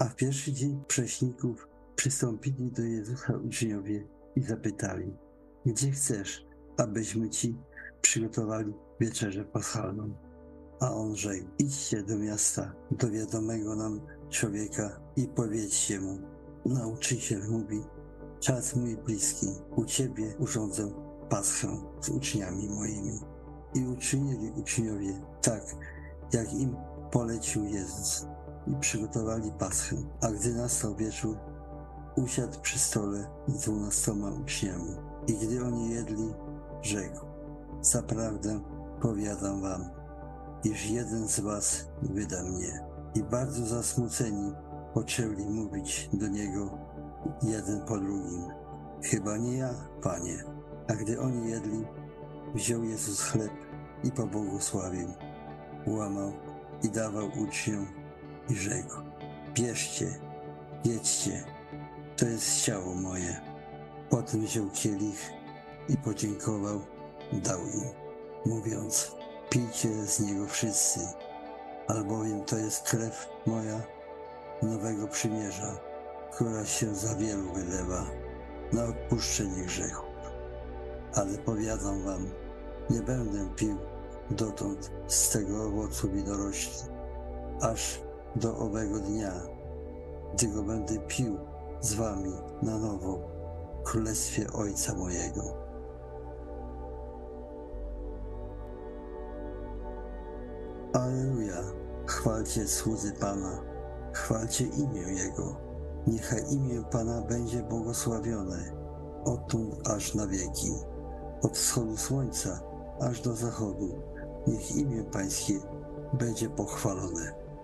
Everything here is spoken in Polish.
A w pierwszy dzień prześników przystąpili do Jezusa uczniowie i zapytali: gdzie chcesz, abyśmy ci przygotowali wieczerzę paschalną? A on rzekł: idźcie do miasta, do wiadomego nam człowieka i powiedzcie mu: nauczyciel mówi, czas mój bliski, u ciebie urządzę paschę z uczniami moimi. I uczynili uczniowie tak, jak im polecił Jezus, i przygotowali paschę. A gdy nastał wieczór, usiadł przy stole z 12 uczniami. I gdy oni jedli, rzekł: zaprawdę powiadam wam, iż jeden z was wyda mnie. I bardzo zasmuceni poczęli mówić do niego jeden po drugim: chyba nie ja, Panie. A gdy oni jedli, wziął Jezus chleb i pobłogosławił, łamał i dawał uczniom i rzekł: bierzcie, jedzcie, to jest ciało moje. Potem wziął kielich i podziękował, dał im, mówiąc: pijcie z niego wszyscy, albowiem to jest krew moja nowego przymierza, która się za wielu wylewa na odpuszczenie grzechów. Ale powiadam wam, nie będę pił dotąd z tego owocu winorośli, aż do owego dnia, gdy go będę pił z wami na nowo w królestwie Ojca mojego. Alleluja! Chwalcie słudzy Pana, chwalcie imię Jego. Niechaj imię Pana będzie błogosławione, odtąd aż na wieki. Od wschodu słońca aż do zachodu, niech imię Pańskie będzie pochwalone.